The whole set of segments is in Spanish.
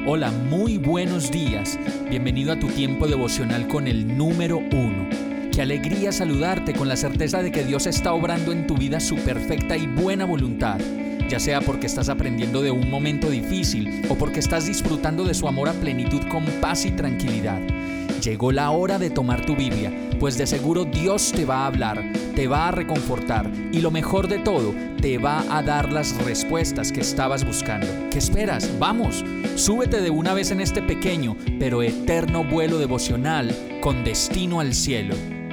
Hola, muy buenos días. Bienvenido a tu tiempo devocional con el número 1. Qué alegría saludarte con la certeza de que Dios está obrando en tu vida su perfecta y buena voluntad, ya sea porque estás aprendiendo de un momento difícil o porque estás disfrutando de su amor a plenitud con paz y tranquilidad. Llegó la hora de tomar tu Biblia, pues de seguro Dios te va a hablar, te va a reconfortar y lo mejor de todo, te va a dar las respuestas que estabas buscando. ¿Qué esperas? ¡Vamos! Súbete de una vez en este pequeño pero eterno vuelo devocional con destino al cielo.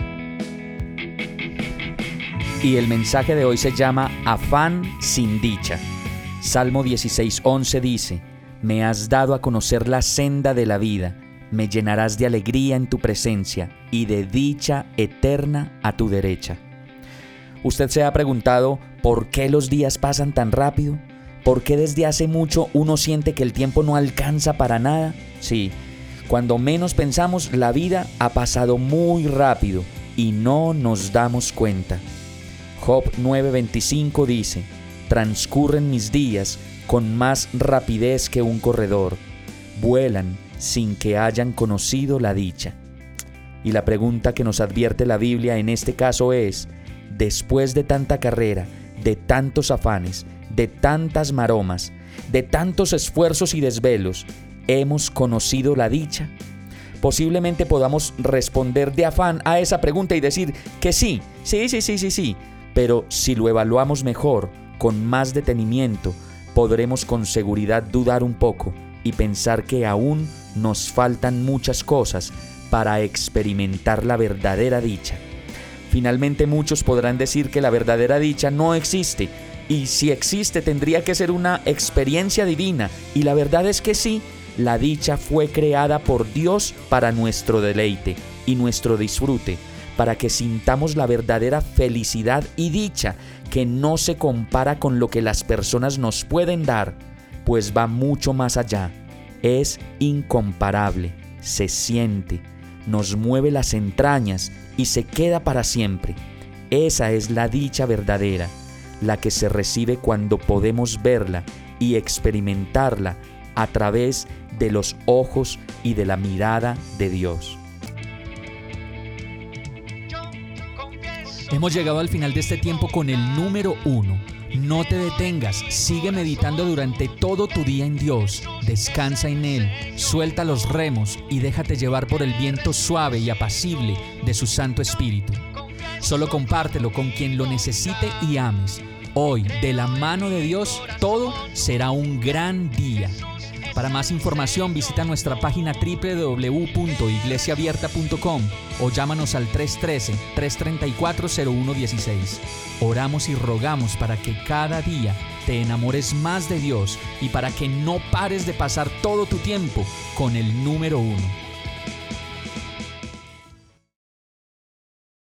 Y el mensaje de hoy se llama Afán sin dicha. Salmo 16:11 dice: Me has dado a conocer la senda de la vida. Me llenarás de alegría en tu presencia y de dicha eterna a tu derecha. ¿Usted se ha preguntado por qué los días pasan tan rápido? ¿Por qué desde hace mucho uno siente que el tiempo no alcanza para nada? Sí, cuando menos pensamos, la vida ha pasado muy rápido y no nos damos cuenta. Job 9:25 dice: Transcurren mis días con más rapidez que un corredor. Vuelan sin que hayan conocido la dicha. Y la pregunta que nos advierte la Biblia en este caso es: después de tanta carrera, de tantos afanes, de tantas maromas, de tantos esfuerzos y desvelos, ¿hemos conocido la dicha? Posiblemente podamos responder de afán a esa pregunta y decir que sí, pero si lo evaluamos mejor, con más detenimiento, podremos con seguridad dudar un poco y pensar que aún nos faltan muchas cosas para experimentar la verdadera dicha. Finalmente muchos podrán decir que la verdadera dicha no existe, y si existe tendría que ser una experiencia divina, y la verdad es que sí, la dicha fue creada por Dios para nuestro deleite y nuestro disfrute, para que sintamos la verdadera felicidad y dicha que no se compara con lo que las personas nos pueden dar, pues va mucho más allá. Es incomparable, se siente, nos mueve las entrañas y se queda para siempre. Esa es la dicha verdadera, la que se recibe cuando podemos verla y experimentarla a través de los ojos y de la mirada de Dios. Hemos llegado al final de este tiempo con el número 1. No te detengas, sigue meditando durante todo tu día en Dios, descansa en Él, suelta los remos y déjate llevar por el viento suave y apacible de su Santo Espíritu. Solo compártelo con quien lo necesite y ames. Hoy, de la mano de Dios, todo será un gran día. Para más información visita nuestra página www.iglesiaabierta.com o llámanos al 313-334-0116. Oramos y rogamos para que cada día te enamores más de Dios y para que no pares de pasar todo tu tiempo con el número 1.